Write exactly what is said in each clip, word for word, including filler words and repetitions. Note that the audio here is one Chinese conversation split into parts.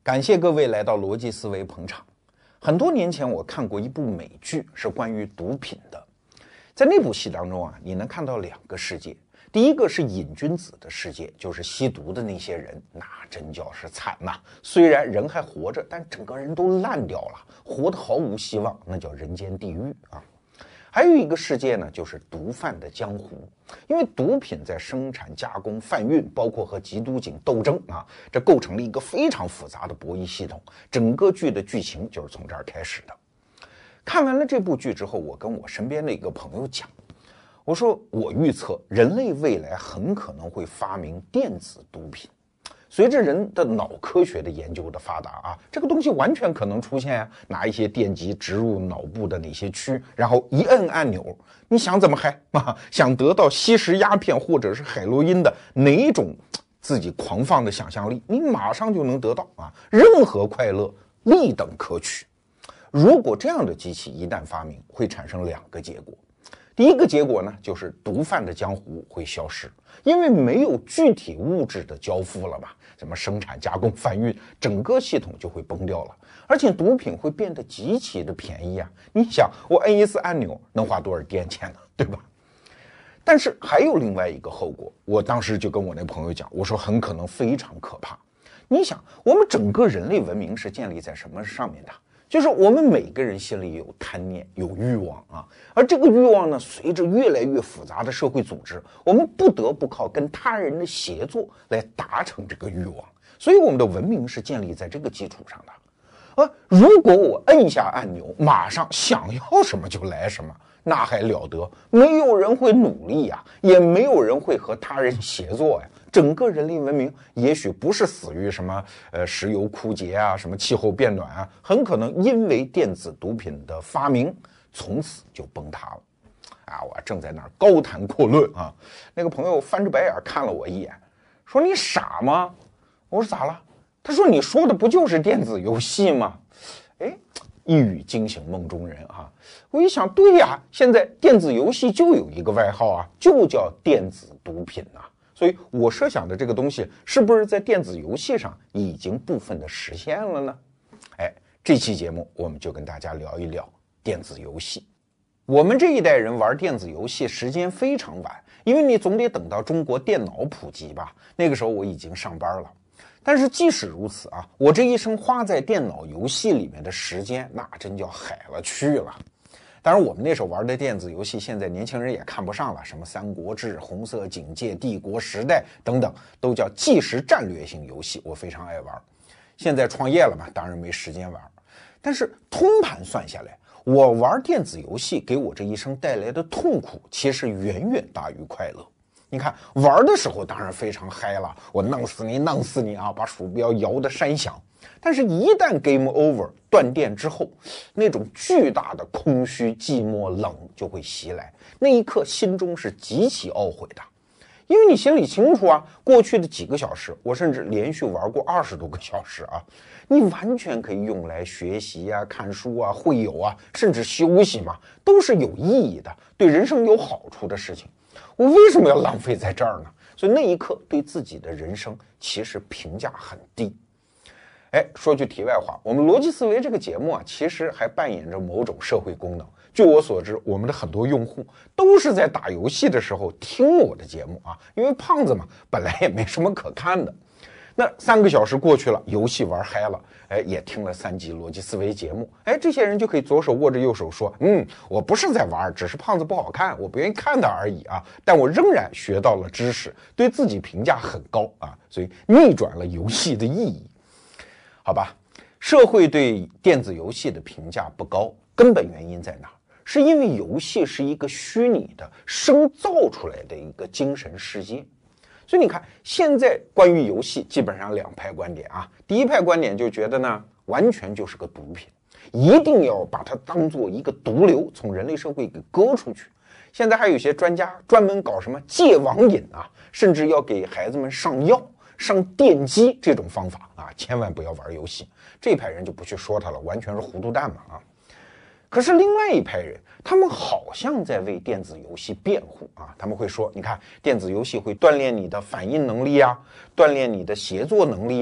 感谢各位来到逻辑思维捧场。很多年前我看过一部美剧，是关于毒品的。在那部戏当中啊，你能看到两个世界。第一个是瘾君子的世界，就是吸毒的那些人，那真叫是惨呐、啊。虽然人还活着，但整个人都烂掉了，活得毫无希望，那叫人间地狱啊。还有一个世界呢，就是毒贩的江湖。因为毒品在生产、加工、贩运，包括和缉毒警斗争啊，这构成了一个非常复杂的博弈系统。整个剧的剧情就是从这儿开始的。看完了这部剧之后，我跟我身边的一个朋友讲，我说我预测人类未来很可能会发明电子毒品。随着人的脑科学的研究的发达啊，这个东西完全可能出现啊，拿一些电极植入脑部的哪些区，然后一摁按钮，你想怎么嗨啊？想得到吸食鸦片或者是海洛因的哪一种自己狂放的想象力，你马上就能得到啊，任何快乐立等可取。如果这样的机器一旦发明，会产生两个结果。第一个结果呢，就是毒贩的江湖会消失，因为没有具体物质的交付了嘛，什么生产、加工、贩运，整个系统就会崩掉了。而且毒品会变得极其的便宜啊！你想，我摁一次按钮能花多少电钱呢？对吧？但是还有另外一个后果，我当时就跟我那朋友讲，我说很可能非常可怕。你想，我们整个人类文明是建立在什么上面的？就是我们每个人心里有贪念，有欲望啊，而这个欲望呢，随着越来越复杂的社会组织，我们不得不靠跟他人的协作来达成这个欲望，所以我们的文明是建立在这个基础上的。而如果我摁一下按钮，马上想要什么就来什么，那还了得？没有人会努力呀、啊，也没有人会和他人协作呀。整个人类文明也许不是死于什么呃石油枯竭啊，什么气候变暖啊，很可能因为电子毒品的发明，从此就崩塌了。啊，我正在那儿高谈阔论啊，那个朋友翻着白眼看了我一眼，说你傻吗？我说咋了？他说你说的不就是电子游戏吗？哎，一语惊醒梦中人啊！我一想，对呀，现在电子游戏就有一个外号啊，就叫电子毒品呐、啊。所以我设想的这个东西，是不是在电子游戏上已经部分的实现了呢？哎，这期节目我们就跟大家聊一聊电子游戏。我们这一代人玩电子游戏时间非常晚，因为你总得等到中国电脑普及吧。那个时候我已经上班了。但是即使如此啊，我这一生花在电脑游戏里面的时间，那真叫海了去了。当然我们那时候玩的电子游戏，现在年轻人也看不上了，什么三国志、红色警戒、帝国时代等等，都叫即时战略性游戏，我非常爱玩。现在创业了嘛，当然没时间玩。但是通盘算下来，我玩电子游戏给我这一生带来的痛苦，其实远远大于快乐。你看，玩的时候当然非常嗨了，我弄死你弄死你啊，把鼠标摇得山响。但是一旦 game over 断电之后，那种巨大的空虚、寂寞、冷就会袭来，那一刻心中是极其懊悔的。因为你心里清楚啊，过去的几个小时，我甚至连续玩过二十多个小时啊，你完全可以用来学习啊、看书啊、会友啊，甚至休息嘛，都是有意义的，对人生有好处的事情。我为什么要浪费在这儿呢？所以那一刻对自己的人生其实评价很低。哎，说句题外话，我们逻辑思维这个节目啊，其实还扮演着某种社会功能。据我所知，我们的很多用户都是在打游戏的时候听我的节目啊，因为胖子嘛，本来也没什么可看的。那三个小时过去了，游戏玩嗨了，哎，也听了三集逻辑思维节目，哎，这些人就可以左手握着右手说，嗯，我不是在玩，只是胖子不好看，我不愿意看他而已啊，但我仍然学到了知识，对自己评价很高啊，所以逆转了游戏的意义。好吧，社会对电子游戏的评价不高，根本原因在哪？是因为游戏是一个虚拟的、生造出来的一个精神世界。所以你看，现在关于游戏基本上两派观点啊。第一派观点就觉得呢，完全就是个毒品，一定要把它当做一个毒瘤，从人类社会给割出去。现在还有一些专家专门搞什么戒网瘾啊，甚至要给孩子们上药。上电击这种方法啊，千万不要玩游戏。这一派人就不去说他了，完全是糊涂蛋嘛啊！可是另外一派人，他们好像在为电子游戏辩护啊。他们会说，你看，电子游戏会锻炼你的反应能力啊，锻炼你的协作能力啊，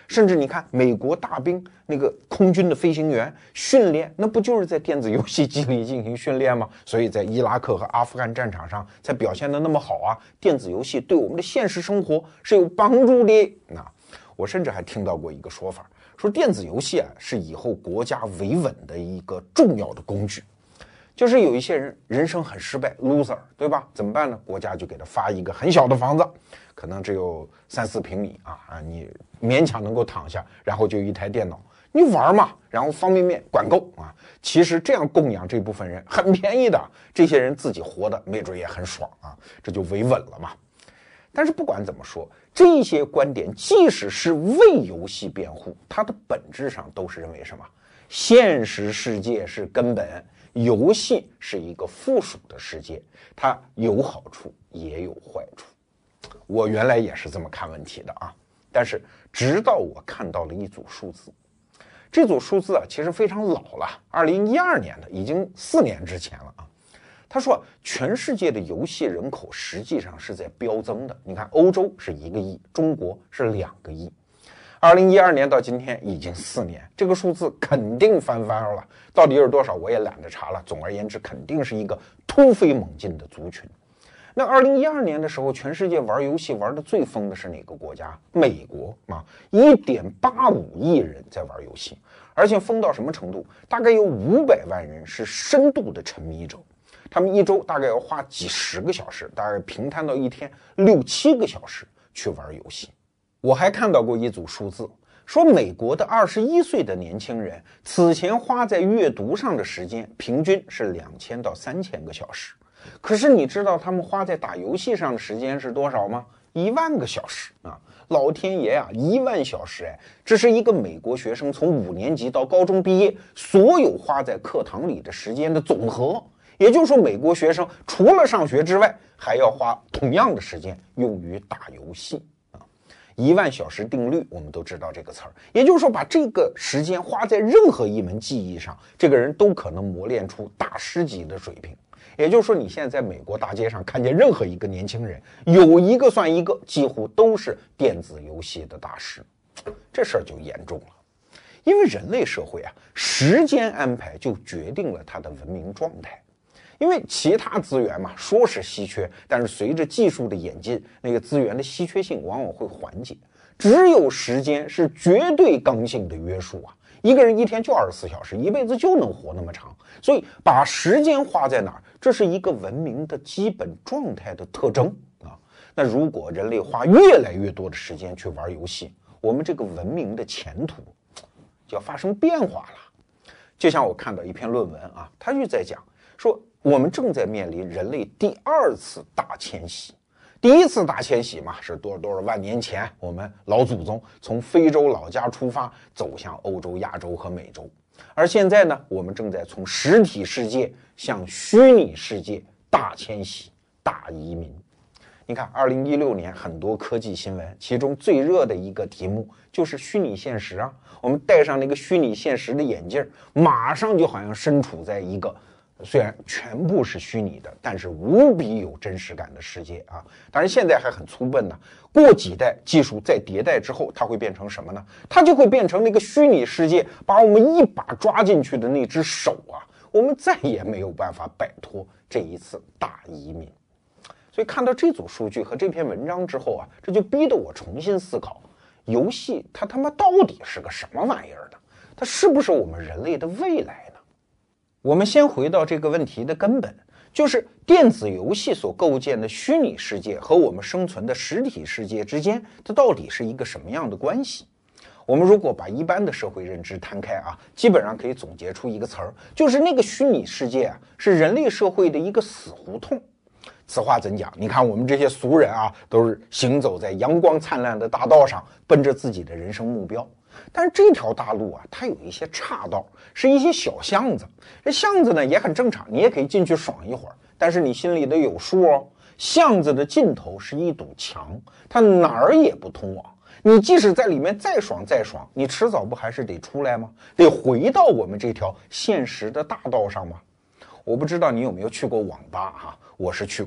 甚至你看美国大兵那个空军的飞行员训练，那不就是在电子游戏机里进行训练吗？所以在伊拉克和阿富汗战场上才表现得那么好啊。电子游戏对我们的现实生活是有帮助的。那我甚至还听到过一个说法，说电子游戏啊是以后国家维稳的一个重要的工具。就是有一些人人生很失败 loser， 对吧？怎么办呢？国家就给他发一个很小的房子，可能只有三四平米啊啊，你勉强能够躺下，然后就一台电脑，你玩嘛，然后方便面管够啊。其实这样供养这部分人很便宜的，这些人自己活的没准也很爽啊，这就维稳了嘛。但是不管怎么说，这些观点即使是为游戏辩护，它的本质上都是认为什么？现实世界是根本，游戏是一个附属的世界，它有好处也有坏处。我原来也是这么看问题的啊，但是直到我看到了一组数字，这组数字啊其实非常老了，二零一二年的，已经四年之前了啊。他说全世界的游戏人口实际上是在飙增的，你看欧洲是一个亿，中国是两个亿。二零一二年到今天已经四年，这个数字肯定翻番了，到底有多少我也懒得查了。总而言之，肯定是一个突飞猛进的族群。那二零一二年的时候，全世界玩游戏玩的最疯的是哪个国家？美国啊，一点八五亿人在玩游戏，而且疯到什么程度？大概有五百万人是深度的沉迷者，他们一周大概要花几十个小时，大概平摊到一天六七个小时去玩游戏。我还看到过一组数字，说美国的二十一岁的年轻人此前花在阅读上的时间平均是两千到三千个小时，可是你知道他们花在打游戏上的时间是多少吗？一万个小时啊！老天爷啊，一万小时哎，这是一个美国学生从五年级到高中毕业所有花在课堂里的时间的总和。也就是说，美国学生除了上学之外，还要花同样的时间用于打游戏。一万小时定律，我们都知道这个词儿，也就是说，把这个时间花在任何一门技艺上，这个人都可能磨练出大师级的水平。也就是说，你现在在美国大街上看见任何一个年轻人，有一个算一个，几乎都是电子游戏的大师。这事儿就严重了，因为人类社会啊，时间安排就决定了它的文明状态。因为其他资源嘛，说是稀缺，但是随着技术的演进，那个资源的稀缺性往往会缓解。只有时间是绝对刚性的约束啊，一个人一天就二十四小时，一辈子就能活那么长，所以把时间花在哪儿，这是一个文明的基本状态的特征啊。那如果人类花越来越多的时间去玩游戏，我们这个文明的前途就要发生变化了。就像我看到一篇论文啊，他就在讲说，我们正在面临人类第二次大迁徙。第一次大迁徙嘛，是多少多少万年前，我们老祖宗从非洲老家出发，走向欧洲、亚洲和美洲。而现在呢，我们正在从实体世界向虚拟世界大迁徙、大移民。你看，二零一六年很多科技新闻，其中最热的一个题目就是虚拟现实啊。我们戴上那个虚拟现实的眼镜，马上就好像身处在一个虽然全部是虚拟的，但是无比有真实感的世界啊！当然现在还很粗笨呢，过几代技术再迭代之后，它会变成什么呢？它就会变成那个虚拟世界把我们一把抓进去的那只手啊！我们再也没有办法摆脱这一次大移民。所以看到这组数据和这篇文章之后啊，这就逼得我重新思考，游戏它他妈到底是个什么玩意儿呢？它是不是我们人类的未来呢？我们先回到这个问题的根本，就是电子游戏所构建的虚拟世界和我们生存的实体世界之间，它到底是一个什么样的关系？我们如果把一般的社会认知摊开啊，基本上可以总结出一个词儿，就是那个虚拟世界啊，是人类社会的一个死胡同。此话怎讲？你看我们这些俗人啊，都是行走在阳光灿烂的大道上，奔着自己的人生目标。但是这条大路啊，它有一些岔道，是一些小巷子。这巷子呢也很正常，你也可以进去爽一会儿，但是你心里得有数哦。巷子的尽头是一堵墙，它哪儿也不通往。你即使在里面再爽再爽，你迟早不还是得出来吗？得回到我们这条现实的大道上吗？我不知道你有没有去过网吧哈、啊，我是去过的。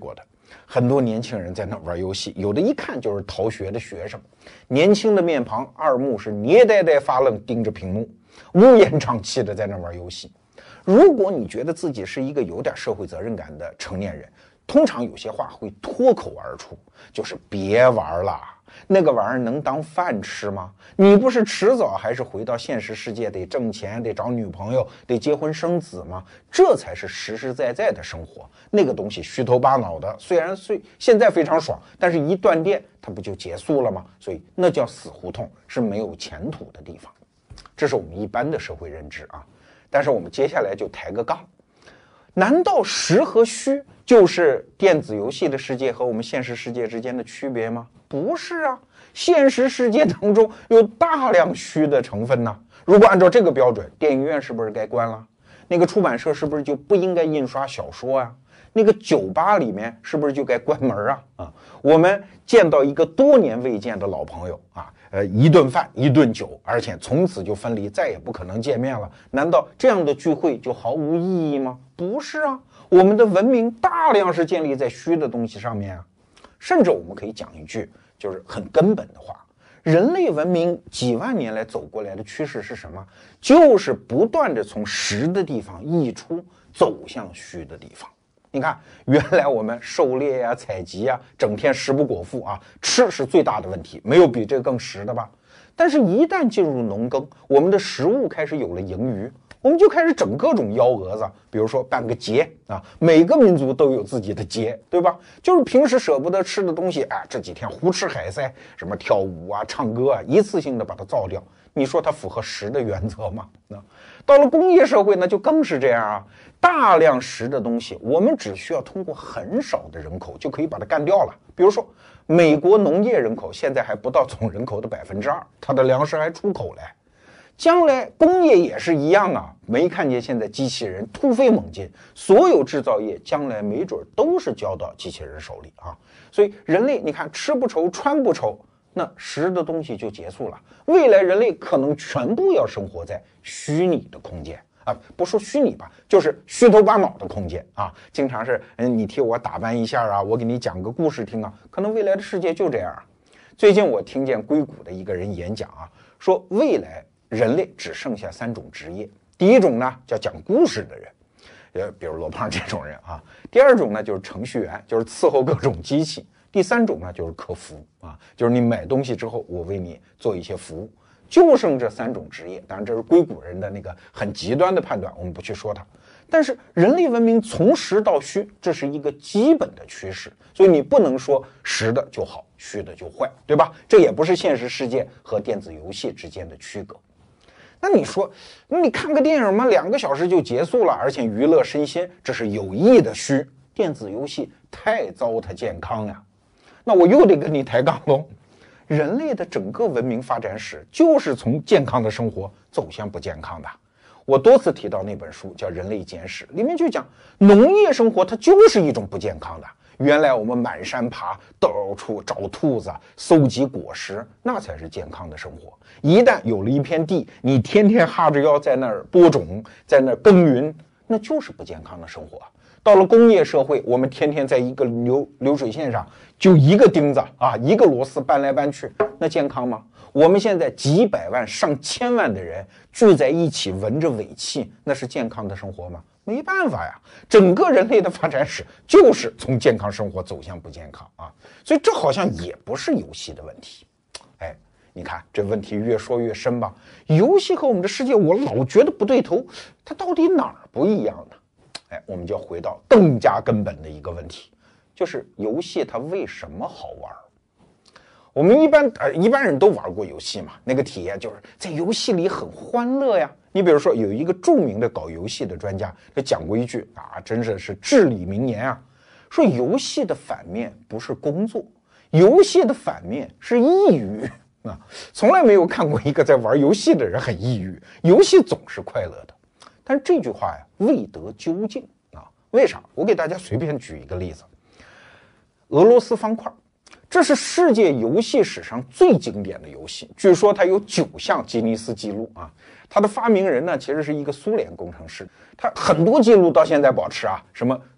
很多年轻人在那玩游戏，有的一看就是逃学的学生，年轻的面庞，二目是捏呆呆发愣，盯着屏幕，乌烟瘴气的在那玩游戏。如果你觉得自己是一个有点社会责任感的成年人，通常有些话会脱口而出，就是别玩了，那个玩意儿能当饭吃吗？你不是迟早还是回到现实世界，得挣钱，得找女朋友，得结婚生子吗？这才是实实在在的生活。那个东西虚头巴脑的，虽然虽现在非常爽，但是一断电它不就结束了吗？所以那叫死胡同，是没有前途的地方。这是我们一般的社会认知啊。但是我们接下来就抬个杠，难道实和虚就是电子游戏的世界和我们现实世界之间的区别吗？不是啊，现实世界当中有大量虚的成分呢。如果按照这个标准，电影院是不是该关了？那个出版社是不是就不应该印刷小说啊？那个酒吧里面是不是就该关门啊？啊，我们见到一个多年未见的老朋友啊，呃，一顿饭一顿酒，而且从此就分离，再也不可能见面了。难道这样的聚会就毫无意义吗？不是啊，我们的文明大量是建立在虚的东西上面啊。甚至我们可以讲一句就是很根本的话，人类文明几万年来走过来的趋势是什么？就是不断的从实的地方溢出，走向虚的地方。你看，原来我们狩猎呀、采集呀，整天食不果腹啊，吃是最大的问题，没有比这个更实的吧？但是，一旦进入农耕，我们的食物开始有了盈余，我们就开始整各种幺蛾子，比如说办个节啊，每个民族都有自己的节，对吧？就是平时舍不得吃的东西，哎，这几天胡吃海塞，什么跳舞啊、唱歌啊，一次性的把它造掉。你说它符合实的原则吗？那到了工业社会呢，就更是这样啊。大量实的东西，我们只需要通过很少的人口就可以把它干掉了。比如说，美国农业人口现在还不到总人口的百分之二，它的粮食还出口来。将来工业也是一样啊，没看见现在机器人突飞猛进，所有制造业将来没准都是交到机器人手里啊。所以人类，你看吃不愁穿不愁，那实的东西就结束了。未来人类可能全部要生活在虚拟的空间啊，不说虚拟吧，就是虚头巴脑的空间啊。经常是，嗯，你替我打扮一下啊，我给你讲个故事听啊。可能未来的世界就这样啊。最近我听见硅谷的一个人演讲啊，说未来人类只剩下三种职业。第一种呢叫讲故事的人，呃，比如罗胖这种人啊。第二种呢就是程序员，就是伺候各种机器。第三种呢就是客服啊，就是你买东西之后，我为你做一些服务。就剩这三种职业，当然这是硅谷人的那个很极端的判断，我们不去说它。但是人类文明从实到虚，这是一个基本的趋势，所以你不能说实的就好，虚的就坏，对吧？这也不是现实世界和电子游戏之间的区隔。那你说，你看个电影嘛，两个小时就结束了，而且娱乐身心，这是有益的虚。电子游戏太糟蹋健康呀。那我又得跟你抬杠喽。人类的整个文明发展史就是从健康的生活走向不健康的。我多次提到那本书叫《人类简史》，里面就讲农业生活它就是一种不健康的。原来我们满山爬，到处找兔子，搜集果实，那才是健康的生活。一旦有了一片地，你天天哈着腰在那儿播种，在那儿耕耘，那就是不健康的生活。到了工业社会，我们天天在一个流流水线上就一个钉子啊，一个螺丝搬来搬去，那健康吗？我们现在几百万上千万的人聚在一起闻着尾气，那是健康的生活吗？没办法呀，整个人类的发展史就是从健康生活走向不健康啊，所以这好像也不是游戏的问题。哎，你看这问题越说越深吧，游戏和我们的世界我老觉得不对头，它到底哪儿不一样呢？哎，我们就要回到更加根本的一个问题，就是游戏它为什么好玩？我们一般呃一般人都玩过游戏嘛，那个体验就是在游戏里很欢乐呀。你比如说有一个著名的搞游戏的专家，他讲过一句啊，真是是至理名言啊，说游戏的反面不是工作，游戏的反面是抑郁啊。从来没有看过一个在玩游戏的人很抑郁，游戏总是快乐的。但是这句话呀，未得究竟啊？为啥？我给大家随便举一个例子，俄罗斯方块，这是世界游戏史上最经典的游戏，据说它有九项吉尼斯纪录啊。它的发明人呢，其实是一个苏联工程师，他很多记录到现在保持啊，什么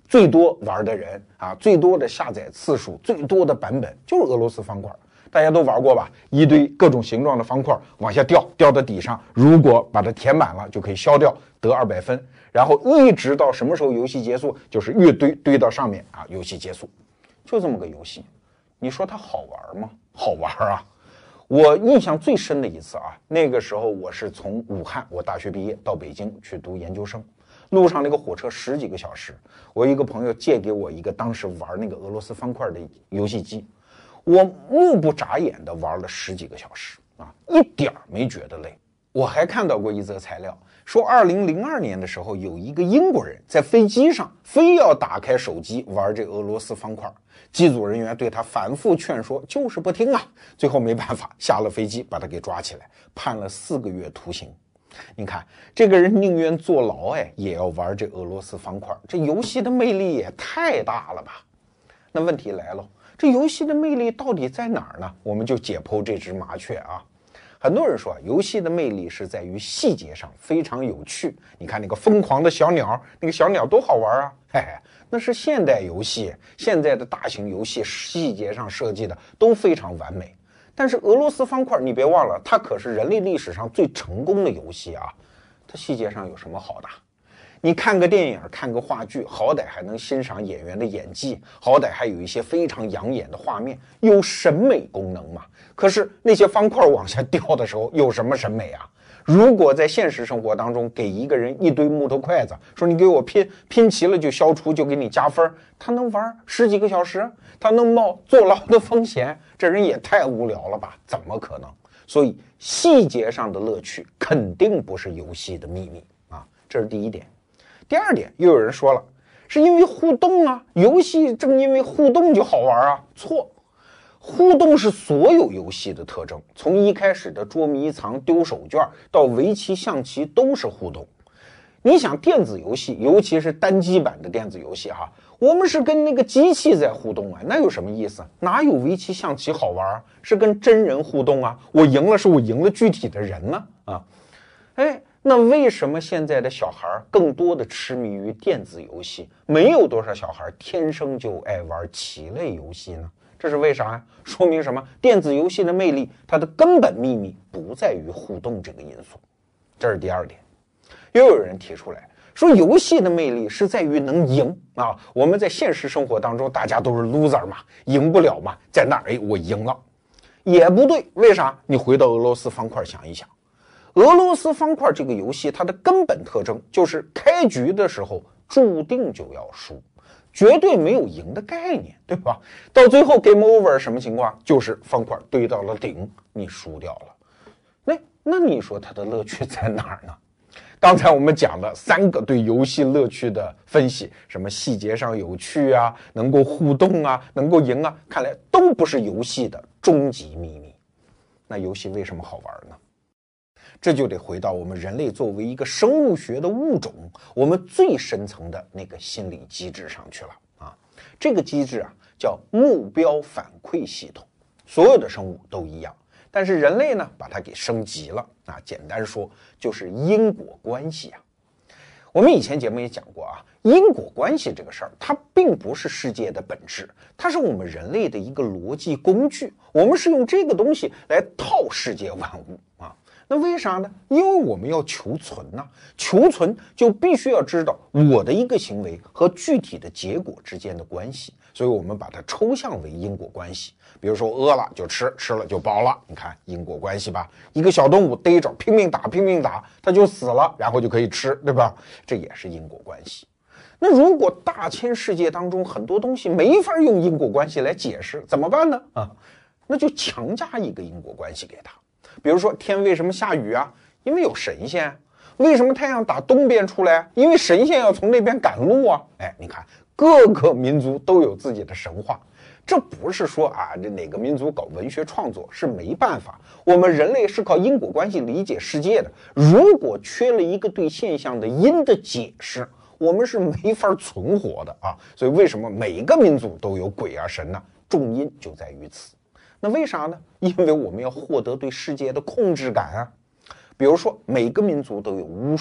最多玩的人啊，最多的下载次数，最多的版本就是俄罗斯方块。大家都玩过吧？一堆各种形状的方块往下掉，掉到底上，如果把它填满了，就可以消掉，得二百分。然后一直到什么时候游戏结束，就是越堆堆到上面啊，游戏结束，就这么个游戏。你说它好玩吗？好玩啊！我印象最深的一次啊，那个时候我是从武汉，我大学毕业到北京去读研究生，路上那个火车十几个小时，我一个朋友借给我一个当时玩那个俄罗斯方块的游戏机。我目不眨眼地玩了十几个小时啊，一点儿没觉得累。我还看到过一则材料，说二零零二年的时候，有一个英国人在飞机上非要打开手机玩这俄罗斯方块，机组人员对他反复劝说，就是不听啊。最后没办法，下了飞机把他给抓起来，判了四个月徒刑。你看这个人宁愿坐牢，哎，也要玩这俄罗斯方块，这游戏的魅力也太大了吧？那问题来了。这游戏的魅力到底在哪儿呢？我们就解剖这只麻雀啊。很多人说啊，游戏的魅力是在于细节上非常有趣。你看那个疯狂的小鸟，那个小鸟多好玩啊！嘿嘿，那是现代游戏，现在的大型游戏细节上设计的都非常完美。但是俄罗斯方块，你别忘了，它可是人类历史上最成功的游戏啊。它细节上有什么好的？你看个电影，看个话剧，好歹还能欣赏演员的演技，好歹还有一些非常养眼的画面，有审美功能嘛。可是那些方块往下掉的时候，有什么审美啊？如果在现实生活当中给一个人一堆木头筷子，说你给我拼拼齐了就消除，就给你加分，他能玩十几个小时，他能冒坐牢的风险，这人也太无聊了吧？怎么可能？所以细节上的乐趣肯定不是游戏的秘密啊，这是第一点。第二点，又有人说了，是因为互动啊，游戏正因为互动就好玩啊。错，互动是所有游戏的特征，从一开始的捉迷藏、丢手绢到围棋、象棋都是互动。你想电子游戏，尤其是单机版的电子游戏哈，我们是跟那个机器在互动啊，那有什么意思？哪有围棋、象棋好玩？是跟真人互动啊，我赢了是我赢了具体的人呢啊，哎。那为什么现在的小孩更多的痴迷于电子游戏，没有多少小孩天生就爱玩棋类游戏呢？这是为啥呀？说明什么？电子游戏的魅力，它的根本秘密不在于互动这个因素。这是第二点。又有人提出来说，游戏的魅力是在于能赢啊！我们在现实生活当中，大家都是 loser 嘛，赢不了嘛，在那儿哎，我赢了，也不对。为啥？你回到俄罗斯方块想一想。俄罗斯方块这个游戏，它的根本特征就是开局的时候注定就要输，绝对没有赢的概念，对吧？到最后 game over 什么情况？就是方块堆到了顶，你输掉了。那那你说它的乐趣在哪儿呢？刚才我们讲了三个对游戏乐趣的分析，什么细节上有趣啊，能够互动啊，能够赢啊，看来都不是游戏的终极秘密。那游戏为什么好玩呢？这就得回到我们人类作为一个生物学的物种，我们最深层的那个心理机制上去了啊。这个机制啊叫目标反馈系统，所有的生物都一样，但是人类呢把它给升级了啊。简单说就是因果关系啊。我们以前节目也讲过啊，因果关系这个事儿，它并不是世界的本质，它是我们人类的一个逻辑工具，我们是用这个东西来套世界万物啊。那为啥呢？因为我们要求存呐、啊，求存就必须要知道我的一个行为和具体的结果之间的关系，所以我们把它抽象为因果关系。比如说饿了就吃，吃了就饱了，你看因果关系吧。一个小动物逮着拼命打拼命打，它就死了，然后就可以吃，对吧？这也是因果关系。那如果大千世界当中很多东西没法用因果关系来解释，怎么办呢？啊，那就强加一个因果关系给它。比如说天为什么下雨啊？因为有神仙。为什么太阳打东边出来？因为神仙要从那边赶路啊。哎，你看各个民族都有自己的神话，这不是说啊这哪个民族搞文学创作是没办法，我们人类是靠因果关系理解世界的，如果缺了一个对现象的因的解释，我们是没法存活的啊。所以为什么每个民族都有鬼啊神呢？重因就在于此。那为啥呢？因为我们要获得对世界的控制感啊。比如说每个民族都有巫术，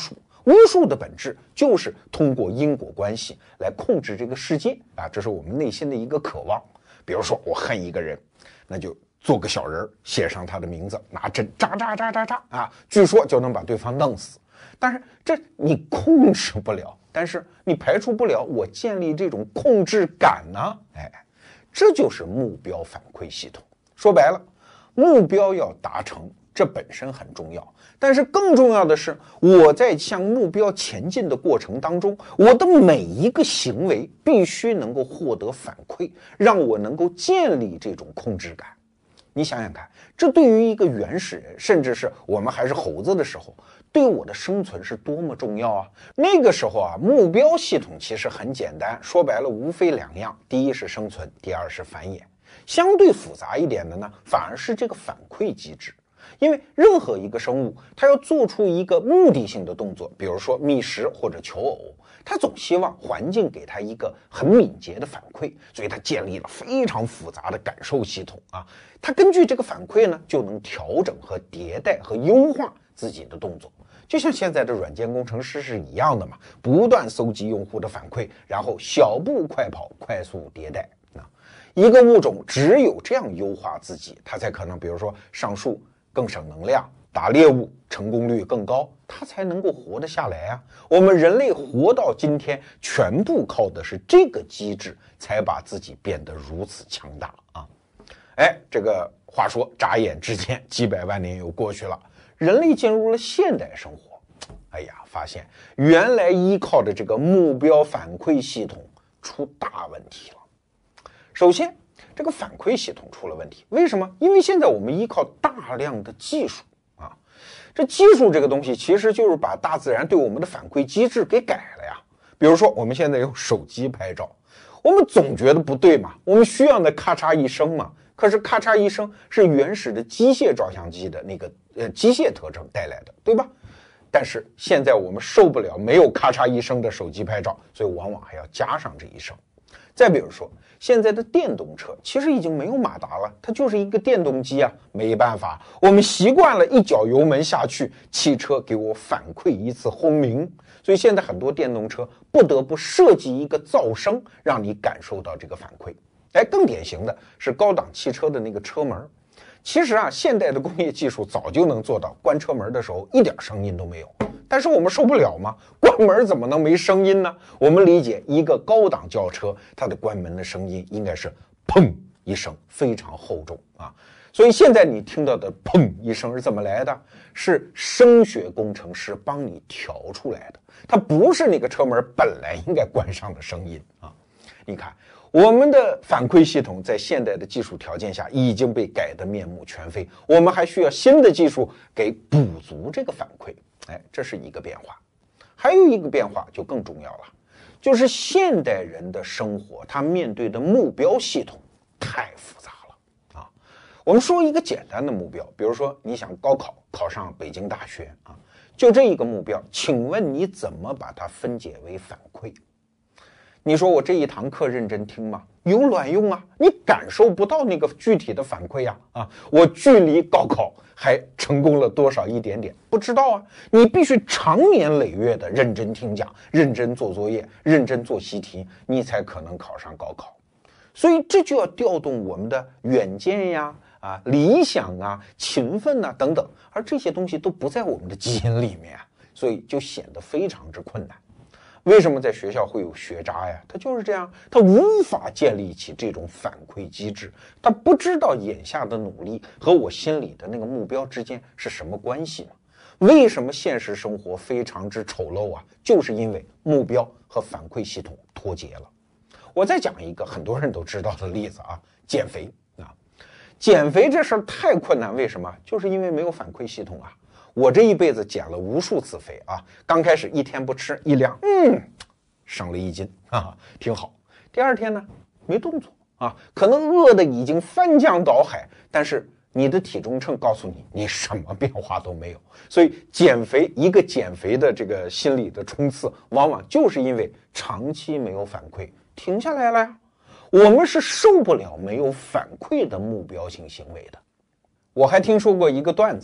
巫术的本质就是通过因果关系来控制这个世界啊，这是我们内心的一个渴望。比如说我恨一个人，那就做个小人，写上他的名字，拿针扎扎扎扎扎啊，据说就能把对方弄死。但是这你控制不了，但是你排除不了我建立这种控制感呢，哎，这就是目标反馈系统。说白了，目标要达成，这本身很重要，但是更重要的是，我在向目标前进的过程当中，我的每一个行为必须能够获得反馈，让我能够建立这种控制感。你想想看，这对于一个原始人，甚至是我们还是猴子的时候，对我的生存是多么重要啊！那个时候啊，目标系统其实很简单，说白了无非两样，第一是生存，第二是繁衍。相对复杂一点的呢，反而是这个反馈机制。因为任何一个生物，它要做出一个目的性的动作，比如说觅食或者求偶，它总希望环境给它一个很敏捷的反馈，所以它建立了非常复杂的感受系统啊。它根据这个反馈呢，就能调整和迭代和优化自己的动作。就像现在的软件工程师是一样的嘛，不断搜集用户的反馈，然后小步快跑，快速迭代。啊，一个物种只有这样优化自己，它才可能，比如说上树更省能量，打猎物成功率更高，它才能够活得下来啊。我们人类活到今天，全部靠的是这个机制，才把自己变得如此强大啊。哎，这个话说，眨眼之间几百万年又过去了，人类进入了现代生活。哎呀，发现原来依靠着这个目标反馈系统出大问题了。首先，这个反馈系统出了问题，为什么？因为现在我们依靠大量的技术啊，这技术这个东西其实就是把大自然对我们的反馈机制给改了呀。比如说，我们现在用手机拍照，我们总觉得不对嘛，我们需要那咔嚓一声嘛。可是咔嚓一声是原始的机械照相机的那个呃机械特征带来的，对吧？但是现在我们受不了没有咔嚓一声的手机拍照，所以往往还要加上这一声。再比如说，现在的电动车其实已经没有马达了，它就是一个电动机啊，没办法，我们习惯了一脚油门下去，汽车给我反馈一次轰鸣，所以现在很多电动车不得不设计一个噪声，让你感受到这个反馈。哎，更典型的是高档汽车的那个车门。其实啊，现代的工业技术早就能做到关车门的时候一点声音都没有，但是我们受不了吗？关门怎么能没声音呢？我们理解一个高档轿车，它的关门的声音应该是砰一声，非常厚重啊。所以现在你听到的砰一声是怎么来的？是声学工程师帮你调出来的，它不是那个车门本来应该关上的声音啊。你看，我们的反馈系统在现代的技术条件下已经被改得面目全非，我们还需要新的技术给补足这个反馈。哎，这是一个变化。还有一个变化就更重要了，就是现代人的生活，他面对的目标系统太复杂了啊。我们说一个简单的目标，比如说你想高考考上北京大学啊，就这一个目标，请问你怎么把它分解为反馈？你说我这一堂课认真听吗？有卵用啊！你感受不到那个具体的反馈呀！啊，我距离高考还成功了多少一点点，不知道啊！你必须长年累月的认真听讲，认真做作业，认真做习题，你才可能考上高考。所以这就要调动我们的远见呀、啊理想啊、勤奋啊等等，而这些东西都不在我们的基因里面啊，所以就显得非常之困难。为什么在学校会有学渣呀？他就是这样，他无法建立起这种反馈机制，他不知道眼下的努力和我心里的那个目标之间是什么关系呢？为什么现实生活非常之丑陋啊？就是因为目标和反馈系统脱节了。我再讲一个很多人都知道的例子啊，减肥啊，减肥这事儿太困难，为什么？就是因为没有反馈系统啊。我这一辈子减了无数次肥啊，刚开始一天不吃一量，嗯，省了一斤啊，挺好。第二天呢，没动作啊，可能饿得已经翻江倒海，但是你的体重秤告诉你，你什么变化都没有。所以减肥，一个减肥的这个心理的冲刺，往往就是因为长期没有反馈，停下来了呀。我们是受不了没有反馈的目标性行为的。我还听说过一个段子。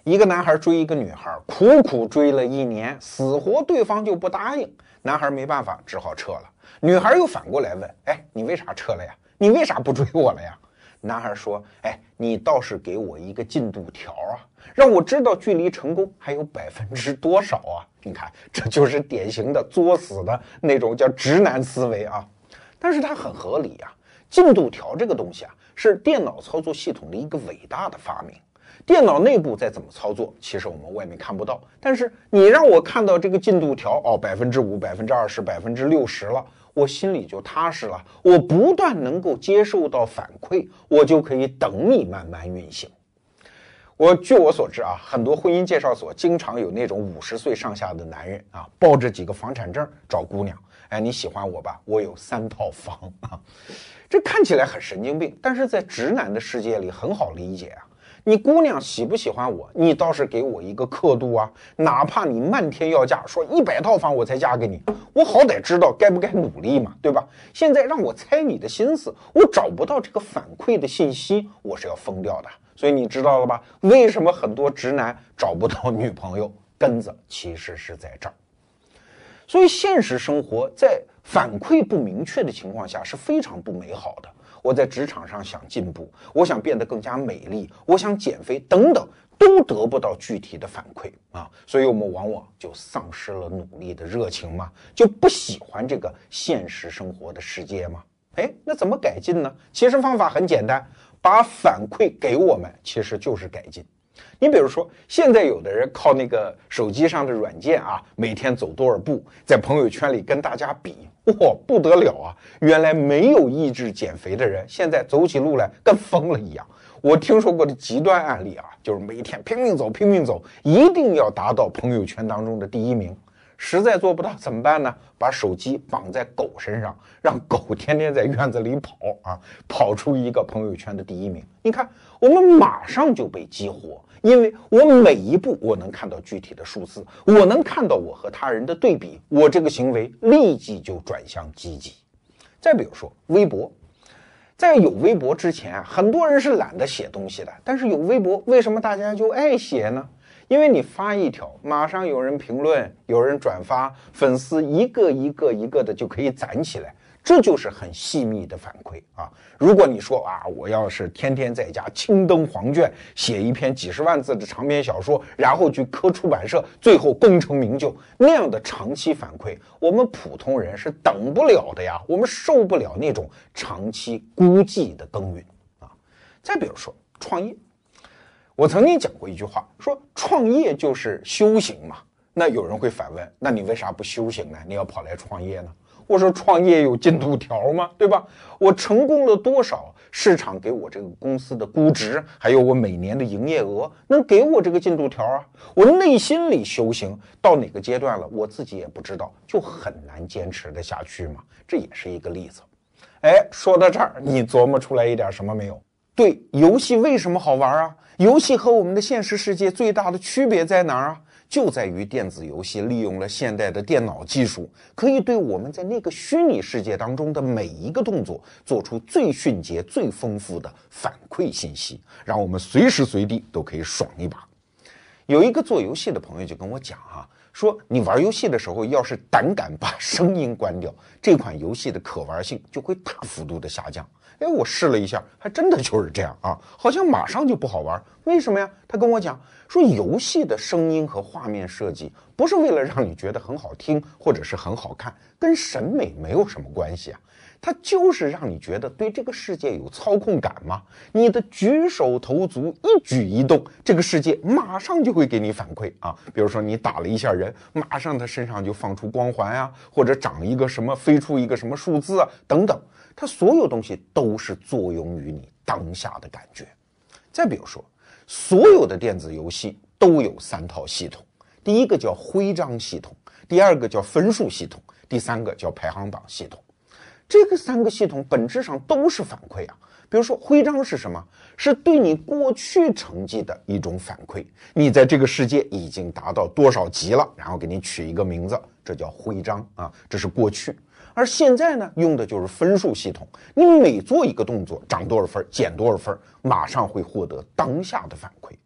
一个男孩追一个女孩，苦苦追了一年，死活对方就不答应。男孩没办法，只好撤了。女孩又反过来问：哎，你为啥撤了呀？你为啥不追我了呀？男孩说：哎，你倒是给我一个进度条啊，让我知道距离成功还有百分之多少啊。你看，这就是典型的作死的那种叫直男思维啊。但是它很合理啊。进度条这个东西啊，是电脑操作系统的一个伟大的发明。电脑内部再怎么操作，其实我们外面看不到。但是你让我看到这个进度条，哦，百分之五、百分之二十、百分之六十了，我心里就踏实了。我不断能够接受到反馈，我就可以等你慢慢运行。我据我所知啊，很多婚姻介绍所经常有那种五十岁上下的男人啊，抱着几个房产证找姑娘。哎，你喜欢我吧？我有三套房啊。这看起来很神经病，但是在直男的世界里很好理解啊。你姑娘喜不喜欢我，你倒是给我一个刻度啊！哪怕你漫天要价，说一百套房我才嫁给你，我好歹知道该不该努力嘛，对吧？现在让我猜你的心思，我找不到这个反馈的信息，我是要疯掉的。所以你知道了吧？为什么很多直男找不到女朋友？根子其实是在这儿。所以现实生活在反馈不明确的情况下是非常不美好的。我在职场上想进步，我想变得更加美丽，我想减肥等等，都得不到具体的反馈啊，所以我们往往就丧失了努力的热情嘛，就不喜欢这个现实生活的世界嘛。哎，那怎么改进呢？其实方法很简单，把反馈给我们，其实就是改进。你比如说，现在有的人靠那个手机上的软件啊，每天走多少步，在朋友圈里跟大家比，哇，不得了啊！原来没有意志减肥的人，现在走起路来跟疯了一样。我听说过的极端案例啊，就是每天拼命走，拼命走，一定要达到朋友圈当中的第一名。实在做不到怎么办呢？把手机绑在狗身上，让狗天天在院子里跑啊，跑出一个朋友圈的第一名。你看，我们马上就被激活，因为我每一步我能看到具体的数字，我能看到我和他人的对比，我这个行为立即就转向积极。再比如说微博，在有微博之前，很多人是懒得写东西的，但是有微博，为什么大家就爱写呢？因为你发一条，马上有人评论，有人转发，粉丝一个一个一个的就可以攒起来，这就是很细密的反馈啊。如果你说啊，我要是天天在家青灯黄卷写一篇几十万字的长篇小说，然后去科出版社，最后功成名就，那样的长期反馈，我们普通人是等不了的呀，我们受不了那种长期孤寂的耕耘啊。再比如说创业。我曾经讲过一句话，说创业就是修行嘛。那有人会反问，那你为啥不修行呢？你要跑来创业呢？我说创业有进度条吗？对吧？我成功了多少，市场给我这个公司的估值，还有我每年的营业额，能给我这个进度条啊？我内心里修行到哪个阶段了，我自己也不知道，就很难坚持得下去嘛。这也是一个例子。哎，说到这儿，你琢磨出来一点什么没有？对，游戏为什么好玩啊？游戏和我们的现实世界最大的区别在哪儿啊？就在于电子游戏利用了现代的电脑技术，可以对我们在那个虚拟世界当中的每一个动作做出最迅捷、最丰富的反馈信息，让我们随时随地都可以爽一把。有一个做游戏的朋友就跟我讲啊，说你玩游戏的时候要是胆敢把声音关掉，这款游戏的可玩性就会大幅度的下降。哎，我试了一下，还真的就是这样啊，好像马上就不好玩。为什么呀？他跟我讲说，游戏的声音和画面设计不是为了让你觉得很好听或者是很好看，跟审美没有什么关系啊，它就是让你觉得对这个世界有操控感嘛。你的举手投足一举一动，这个世界马上就会给你反馈啊。比如说你打了一下人，马上他身上就放出光环啊，或者长一个什么，飞出一个什么数字啊，等等。它所有东西都是作用于你当下的感觉。再比如说，所有的电子游戏都有三套系统，第一个叫徽章系统，第二个叫分数系统，第三个叫排行榜系统。这个三个系统本质上都是反馈啊。比如说徽章是什么？是对你过去成绩的一种反馈，你在这个世界已经达到多少级了，然后给你取一个名字，这叫徽章啊，这是过去。而现在呢，用的就是分数系统，你每做一个动作涨多少分，减多少分，马上会获得当下的反馈。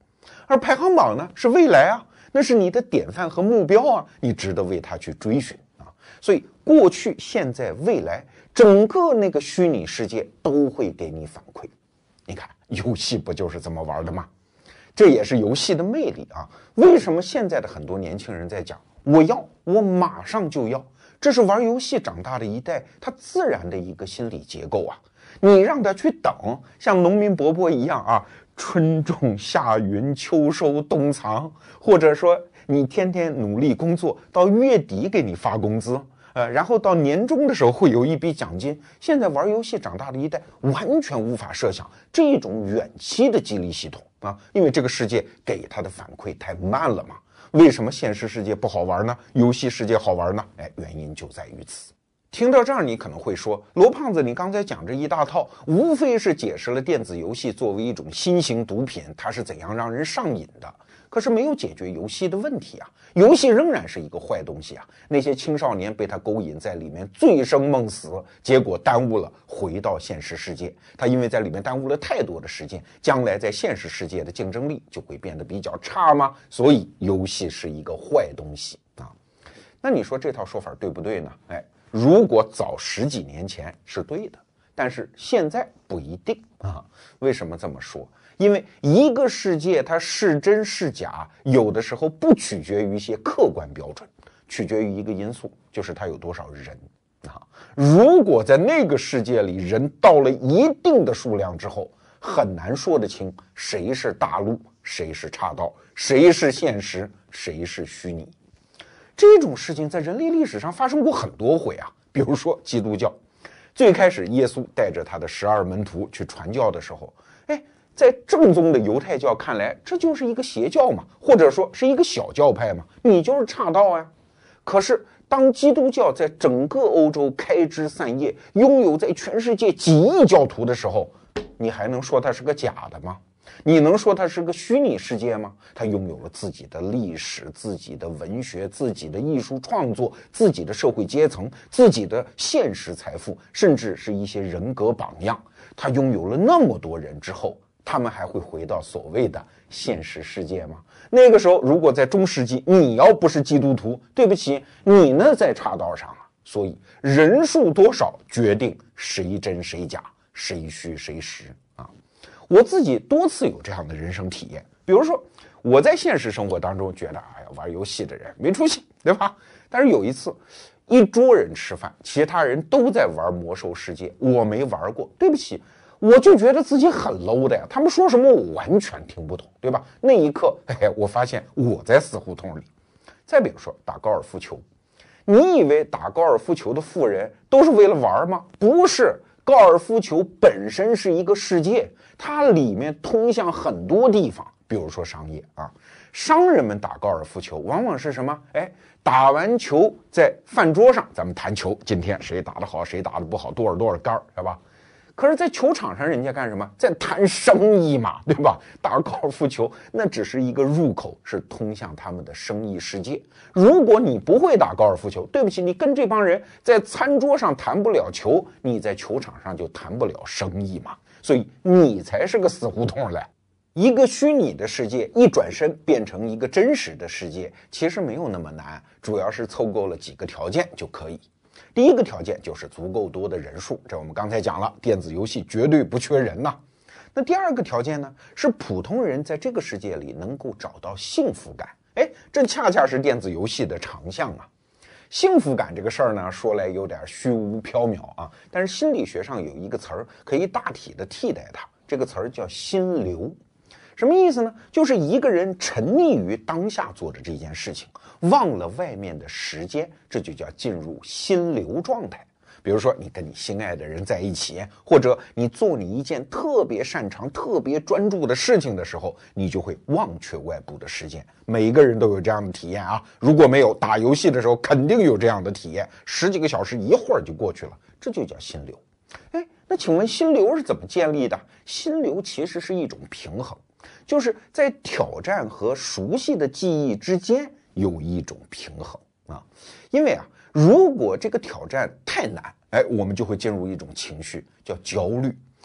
而排行榜呢是未来啊，那是你的典范和目标啊，你值得为它去追寻啊。所以过去、现在、未来，整个那个虚拟世界都会给你反馈。你看，游戏不就是这么玩的吗？这也是游戏的魅力啊！为什么现在的很多年轻人在讲我要，我马上就要？这是玩游戏长大的一代他自然的一个心理结构啊！你让他去等，像农民伯伯一样啊，春种夏耘秋收冬藏，或者说你天天努力工作，到月底给你发工资，呃，然后到年终的时候会有一笔奖金。现在玩游戏长大的一代完全无法设想这一种远期的激励系统啊，因为这个世界给他的反馈太慢了嘛。为什么现实世界不好玩呢？游戏世界好玩呢？哎，原因就在于此。听到这儿，你可能会说，罗胖子，你刚才讲这一大套，无非是解释了电子游戏作为一种新型毒品，它是怎样让人上瘾的。可是没有解决游戏的问题啊，游戏仍然是一个坏东西啊。那些青少年被它勾引在里面醉生梦死，结果耽误了回到现实世界。他因为在里面耽误了太多的时间，将来在现实世界的竞争力就会变得比较差吗？所以游戏是一个坏东西啊。那你说这套说法对不对呢？哎，如果早十几年前是对的，但是现在不一定啊。为什么这么说？因为一个世界它是真是假，有的时候不取决于一些客观标准，取决于一个因素，就是它有多少人啊。如果在那个世界里人到了一定的数量之后，很难说得清谁是大陆，谁是岔道，谁是现实，谁是虚拟。这种事情在人类历史上发生过很多回啊。比如说基督教，最开始耶稣带着他的十二门徒去传教的时候，哎，在正宗的犹太教看来，这就是一个邪教嘛，或者说是一个小教派嘛，你就是岔道呀。可是当基督教在整个欧洲开枝散叶，拥有在全世界几亿教徒的时候，你还能说它是个假的吗？你能说它是个虚拟世界吗？它拥有了自己的历史、自己的文学、自己的艺术创作、自己的社会阶层、自己的现实财富，甚至是一些人格榜样。它拥有了那么多人之后，他们还会回到所谓的现实世界吗？那个时候，如果在中世纪，你要不是基督徒，对不起，你呢在岔道上啊。所以人数多少决定谁真谁假，谁虚谁实啊。我自己多次有这样的人生体验，比如说我在现实生活当中觉得，哎呀，玩游戏的人没出息，对吧？但是有一次，一桌人吃饭，其他人都在玩魔兽世界，我没玩过，对不起，我就觉得自己很 low 的呀。他们说什么我完全听不懂，对吧？那一刻，哎，我发现我在死胡同里。再比如说打高尔夫球，你以为打高尔夫球的富人都是为了玩吗？不是。高尔夫球本身是一个世界，它里面通向很多地方，比如说商业啊，商人们打高尔夫球往往是什么？哎，打完球在饭桌上咱们谈球，今天谁打得好，谁打得不好，多少多少杆，是吧？可是，在球场上人家干什么？在谈生意嘛，对吧？打高尔夫球那只是一个入口，是通向他们的生意世界。如果你不会打高尔夫球，对不起，你跟这帮人在餐桌上谈不了球，你在球场上就谈不了生意嘛。所以你才是个死胡同嘞。一个虚拟的世界一转身变成一个真实的世界，其实没有那么难，主要是凑够了几个条件就可以。第一个条件就是足够多的人数，这我们刚才讲了，电子游戏绝对不缺人呐。那第二个条件呢，是普通人在这个世界里能够找到幸福感。哎，这恰恰是电子游戏的长项啊。幸福感这个事儿呢，说来有点虚无缥缈啊，但是心理学上有一个词儿可以大体的替代它，这个词儿叫心流。什么意思呢？就是一个人沉溺于当下做的这件事情，忘了外面的时间，这就叫进入心流状态。比如说你跟你心爱的人在一起，或者你做你一件特别擅长特别专注的事情的时候，你就会忘却外部的时间。每一个人都有这样的体验啊，如果没有，打游戏的时候肯定有这样的体验，十几个小时一会儿就过去了，这就叫心流。哎，那请问心流是怎么建立的？心流其实是一种平衡，就是在挑战和熟悉的记忆之间有一种平衡啊。因为啊，如果这个挑战太难，哎，我们就会进入一种情绪叫焦虑。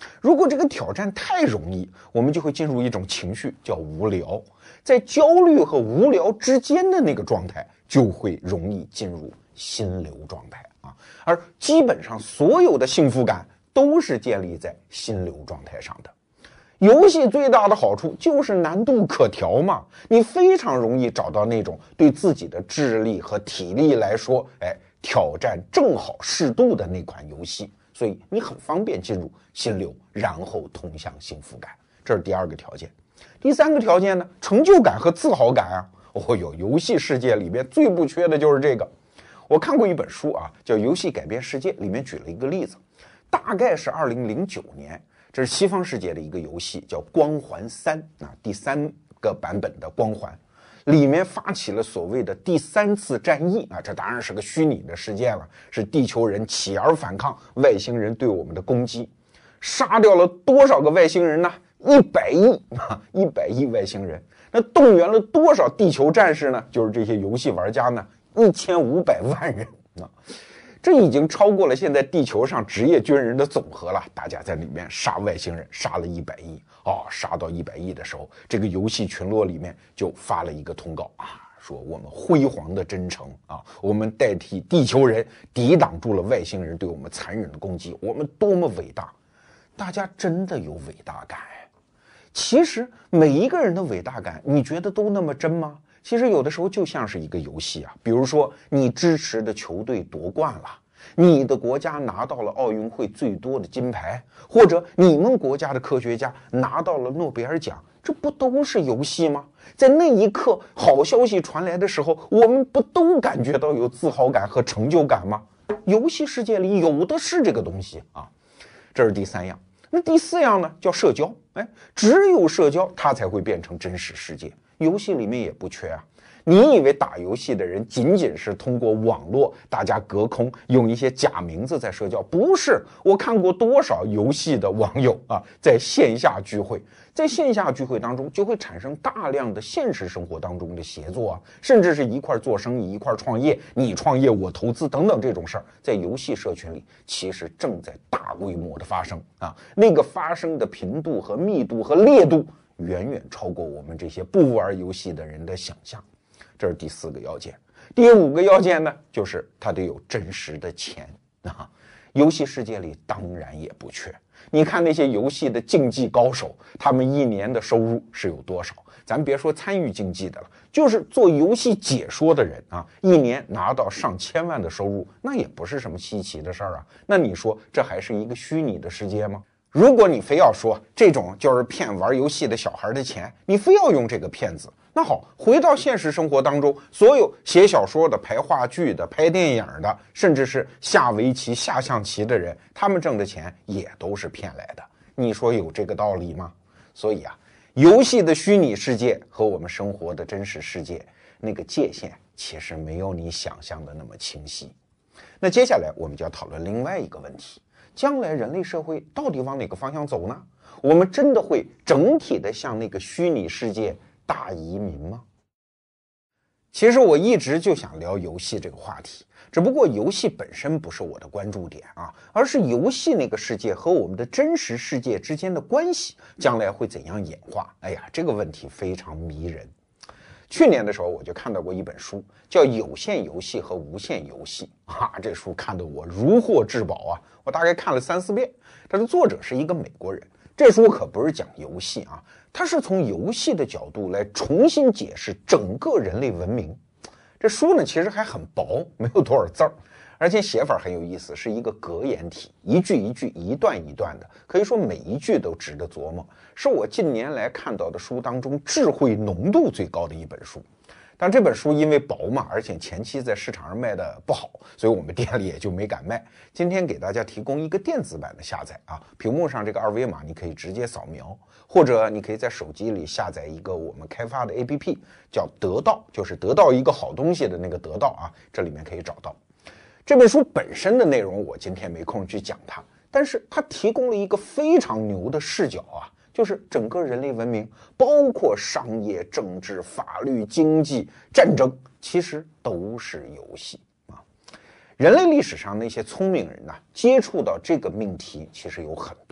如果这个挑战太容易，我们就会进入一种情绪叫无聊，在焦虑和无聊之间的那个状态，就会容易进入心流状态啊。而基本上所有的幸福感都是建立在心流状态上的。游戏最大的好处就是难度可调嘛，你非常容易找到那种对自己的智力和体力来说，哎，挑战正好适度的那款游戏，所以你很方便进入心流，然后通向幸福感。这是第二个条件。第三个条件呢，成就感和自豪感啊。哦哟，游戏世界里边最不缺的就是这个。我看过一本书啊，叫《游戏改变世界》，里面举了一个例子，大概是二零零九年。这是西方世界的一个游戏，叫《光环三》啊，第三个版本的光环，里面发起了所谓的第三次战役啊，这当然是个虚拟的事件了，是地球人起而反抗外星人对我们的攻击，杀掉了多少个外星人呢？一百亿啊，一百亿外星人。那动员了多少地球战士呢？就是这些游戏玩家呢，一千五百万人啊。这已经超过了现在地球上职业军人的总和了，大家在里面杀外星人，杀了一百亿哦，杀到一百亿的时候，这个游戏群落里面就发了一个通告啊，说我们辉煌的征程啊，我们代替地球人抵挡住了外星人对我们残忍的攻击，我们多么伟大！大家真的有伟大感。其实每一个人的伟大感，你觉得都那么真吗？其实有的时候就像是一个游戏啊，比如说你支持的球队夺冠了，你的国家拿到了奥运会最多的金牌，或者你们国家的科学家拿到了诺贝尔奖，这不都是游戏吗？在那一刻好消息传来的时候，我们不都感觉到有自豪感和成就感吗？游戏世界里有的是这个东西啊。这是第三样。那第四样呢，叫社交。哎，只有社交它才会变成真实世界，游戏里面也不缺啊。你以为打游戏的人仅仅是通过网络大家隔空用一些假名字在社交？不是，我看过多少游戏的网友啊，在线下聚会，在线下聚会当中就会产生大量的现实生活当中的协作啊，甚至是一块做生意、一块创业，你创业我投资等等这种事儿，在游戏社群里其实正在大规模的发生啊，那个发生的频度和密度和烈度远远超过我们这些不玩游戏的人的想象。这是第四个要件。第五个要件呢，就是它得有真实的钱啊。游戏世界里当然也不缺。你看那些游戏的竞技高手，他们一年的收入是有多少？咱别说参与竞技的了，就是做游戏解说的人啊，一年拿到上千万的收入，那也不是什么稀奇的事儿啊。那你说这还是一个虚拟的世界吗？如果你非要说这种就是骗玩游戏的小孩的钱，你非要用这个骗子，那好，回到现实生活当中，所有写小说的、拍话剧的、拍电影的，甚至是下围棋、下象棋的人，他们挣的钱也都是骗来的。你说有这个道理吗？所以啊，游戏的虚拟世界和我们生活的真实世界，那个界限其实没有你想象的那么清晰。那接下来我们就要讨论另外一个问题。将来人类社会到底往哪个方向走呢？我们真的会整体的向那个虚拟世界大移民吗？其实我一直就想聊游戏这个话题，只不过游戏本身不是我的关注点啊，而是游戏那个世界和我们的真实世界之间的关系将来会怎样演化。哎呀，这个问题非常迷人。去年的时候我就看到过一本书，叫《有限游戏和无限游戏》啊，这书看得我如获至宝啊，我大概看了三四遍。它的作者是一个美国人，这书可不是讲游戏啊，它是从游戏的角度来重新解释整个人类文明。这书呢其实还很薄，没有多少字儿，而且写法很有意思，是一个格言体，一句一句一段一段的，可以说每一句都值得琢磨，是我近年来看到的书当中智慧浓度最高的一本书。但这本书因为薄嘛，而且前期在市场上卖的不好，所以我们店里也就没敢卖。今天给大家提供一个电子版的下载啊，屏幕上这个二维码你可以直接扫描，或者你可以在手机里下载一个我们开发的 A P P， 叫得到，就是得到一个好东西的那个得到啊，这里面可以找到。这本书本身的内容我今天没空去讲它，但是它提供了一个非常牛的视角啊，就是整个人类文明，包括商业、政治、法律、经济、战争，其实都是游戏啊。人类历史上那些聪明人呢，接触到这个命题其实有很多，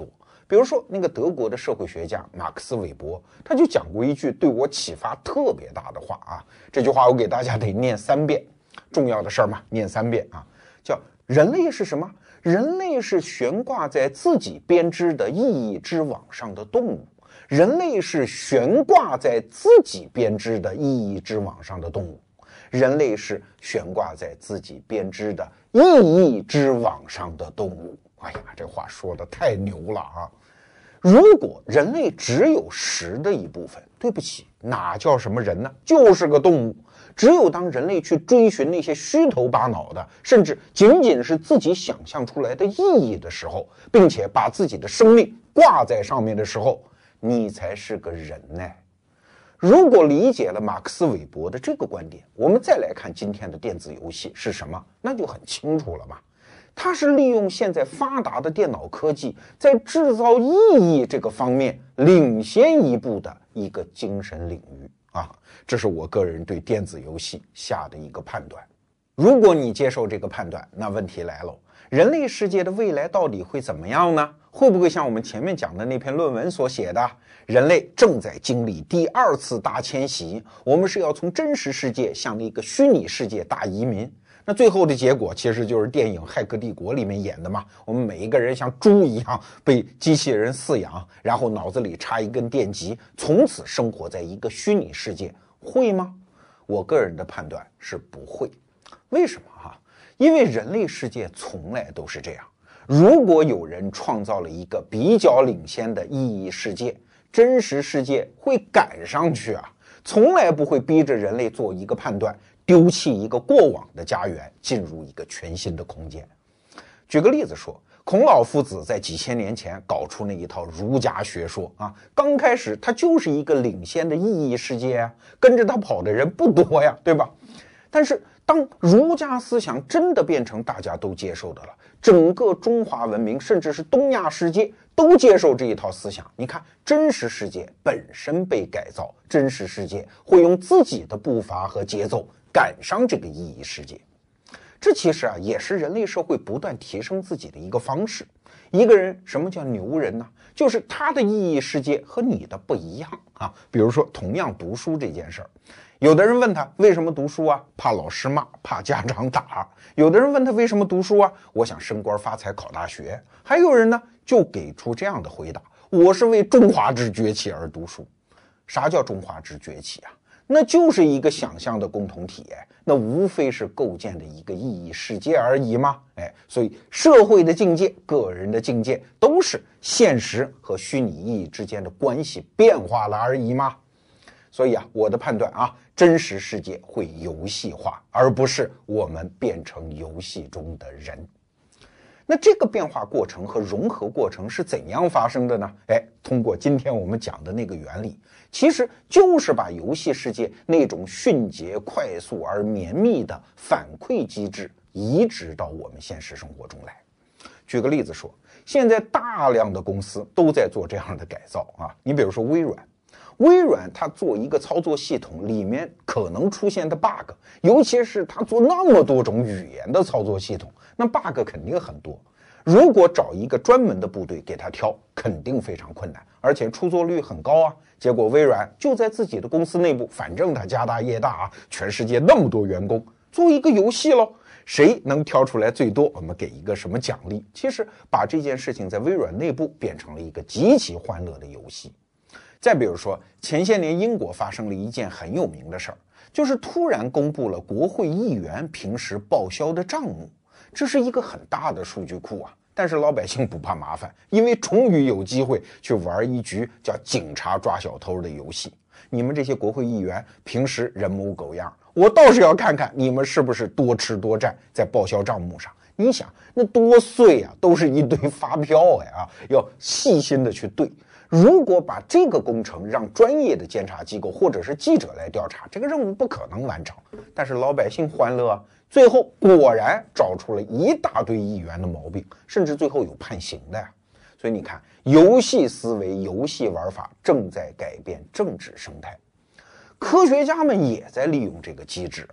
比如说那个德国的社会学家马克思韦伯，他就讲过一句对我启发特别大的话啊，这句话我给大家得念三遍，重要的事儿嘛，念三遍啊，叫人类是什么？人类是悬挂在自己编织的意义之网上的动物。人类是悬挂在自己编织的意义之网上的动物。人类是悬挂在自己编织的意义之网上的动物。哎呀，这话说的太牛了啊！如果人类只有实的一部分，对不起，哪叫什么人呢？就是个动物。只有当人类去追寻那些虚头巴脑的，甚至仅仅是自己想象出来的意义的时候，并且把自己的生命挂在上面的时候，你才是个人呢。如果理解了马克思韦伯的这个观点，我们再来看今天的电子游戏是什么，那就很清楚了嘛。它是利用现在发达的电脑科技，在制造意义这个方面领先一步的一个精神领域啊，这是我个人对电子游戏下的一个判断。如果你接受这个判断，那问题来了，人类世界的未来到底会怎么样呢？会不会像我们前面讲的那篇论文所写的，人类正在经历第二次大迁徙，我们是要从真实世界向那个虚拟世界大移民？那最后的结果其实就是电影《骇客帝国》里面演的嘛，我们每一个人像猪一样被机器人饲养，然后脑子里插一根电极，从此生活在一个虚拟世界，会吗？我个人的判断是不会。为什么哈？因为人类世界从来都是这样，如果有人创造了一个比较领先的意义世界，真实世界会赶上去啊，从来不会逼着人类做一个判断，丢弃一个过往的家园，进入一个全新的空间。举个例子说，孔老夫子在几千年前搞出那一套儒家学说啊，刚开始他就是一个领先的意义世界啊，跟着他跑的人不多呀，对吧？但是当儒家思想真的变成大家都接受的了，整个中华文明甚至是东亚世界都接受这一套思想，你看真实世界本身被改造，真实世界会用自己的步伐和节奏赶上这个意义世界。这其实啊也是人类社会不断提升自己的一个方式。一个人什么叫牛人呢？就是他的意义世界和你的不一样啊。比如说同样读书这件事儿，有的人问他为什么读书啊？怕老师骂，怕家长打。有的人问他为什么读书啊？我想升官发财考大学。还有人呢就给出这样的回答，我是为中华之崛起而读书。啥叫中华之崛起啊？那就是一个想象的共同体，那无非是构建的一个意义世界而已嘛。哎，所以社会的境界、个人的境界都是现实和虚拟意义之间的关系变化了而已嘛。所以啊，我的判断啊，真实世界会游戏化，而不是我们变成游戏中的人。那这个变化过程和融合过程是怎样发生的呢？哎，通过今天我们讲的那个原理，其实就是把游戏世界那种迅捷、快速而绵密的反馈机制移植到我们现实生活中来。举个例子说，现在大量的公司都在做这样的改造啊。你比如说微软，微软它做一个操作系统里面可能出现的 bug， 尤其是它做那么多种语言的操作系统，那 bug 肯定很多。如果找一个专门的部队给它挑，肯定非常困难，而且出错率很高啊。结果微软就在自己的公司内部，反正它家大业大啊，全世界那么多员工，做一个游戏咯，谁能挑出来最多，我们给一个什么奖励。其实把这件事情在微软内部变成了一个极其欢乐的游戏。再比如说，前些年英国发生了一件很有名的事儿，就是突然公布了国会议员平时报销的账目。这是一个很大的数据库啊，但是老百姓不怕麻烦，因为终于有机会去玩一局叫警察抓小偷的游戏。你们这些国会议员平时人模狗样，我倒是要看看你们是不是多吃多占在报销账目上。你想那多碎啊，都是一堆发票哎啊，要细心的去对。如果把这个工程让专业的监察机构或者是记者来调查，这个任务不可能完成。但是老百姓欢乐啊，最后果然找出了一大堆议员的毛病，甚至最后有判刑的呀。所以你看，游戏思维、游戏玩法正在改变政治生态。科学家们也在利用这个机制啊，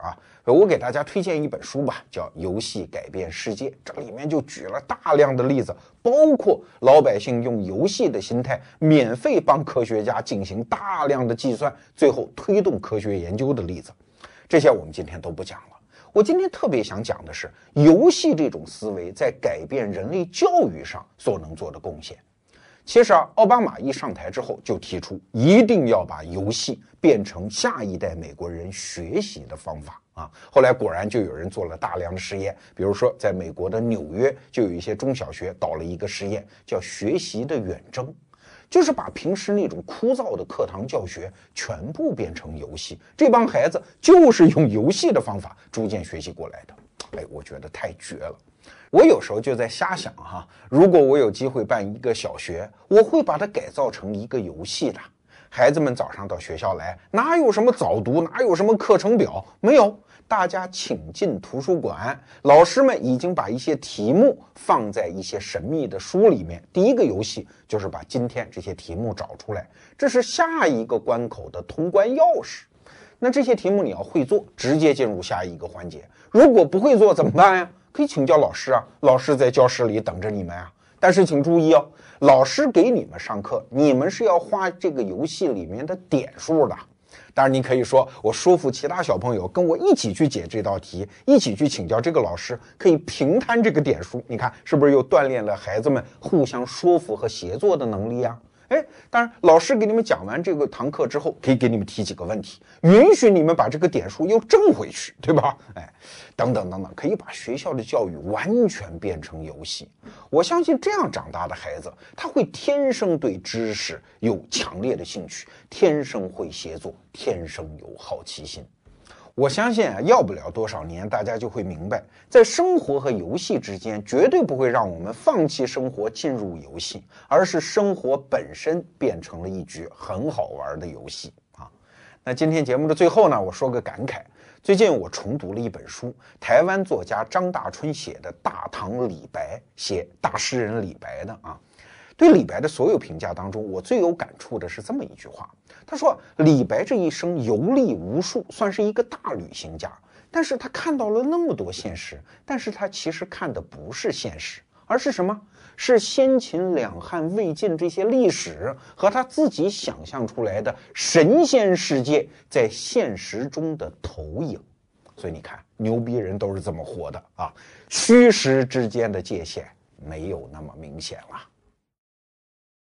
我给大家推荐一本书吧，叫《游戏改变世界》，这里面就举了大量的例子，包括老百姓用游戏的心态免费帮科学家进行大量的计算，最后推动科学研究的例子。这些我们今天都不讲了。我今天特别想讲的是游戏这种思维在改变人类教育上所能做的贡献。其实啊，奥巴马一上台之后就提出一定要把游戏变成下一代美国人学习的方法啊。后来果然就有人做了大量的实验，比如说在美国的纽约就有一些中小学搞了一个实验，叫学习的远征，就是把平时那种枯燥的课堂教学全部变成游戏，这帮孩子就是用游戏的方法逐渐学习过来的。哎，我觉得太绝了。我有时候就在瞎想哈，如果我有机会办一个小学，我会把它改造成一个游戏的。孩子们早上到学校来，哪有什么早读，哪有什么课程表，没有，大家请进图书馆，老师们已经把一些题目放在一些神秘的书里面。第一个游戏就是把今天这些题目找出来，这是下一个关口的通关钥匙。那这些题目你要会做，直接进入下一个环节。如果不会做怎么办呀？可以请教老师啊，老师在教室里等着你们啊。但是请注意哦，老师给你们上课，你们是要花这个游戏里面的点数的。当然你可以说，我说服其他小朋友跟我一起去解这道题，一起去请教这个老师，可以平摊这个点数。你看是不是又锻炼了孩子们互相说服和协作的能力啊？哎，当然，老师给你们讲完这个堂课之后，可以给你们提几个问题，允许你们把这个点数又挣回去，对吧？哎，等等等等，可以把学校的教育完全变成游戏。我相信这样长大的孩子，他会天生对知识有强烈的兴趣，天生会协作，天生有好奇心。我相信啊，要不了多少年，大家就会明白，在生活和游戏之间，绝对不会让我们放弃生活进入游戏，而是生活本身变成了一局很好玩的游戏啊。那今天节目的最后呢，我说个感慨，最近我重读了一本书，台湾作家张大春写的《大唐李白》，写大诗人李白的啊。对李白的所有评价当中，我最有感触的是这么一句话，他说李白这一生游历无数，算是一个大旅行家，但是他看到了那么多现实，但是他其实看的不是现实，而是什么？是先秦两汉魏晋这些历史和他自己想象出来的神仙世界在现实中的投影。所以你看，牛逼人都是这么活的啊，虚实之间的界限没有那么明显了。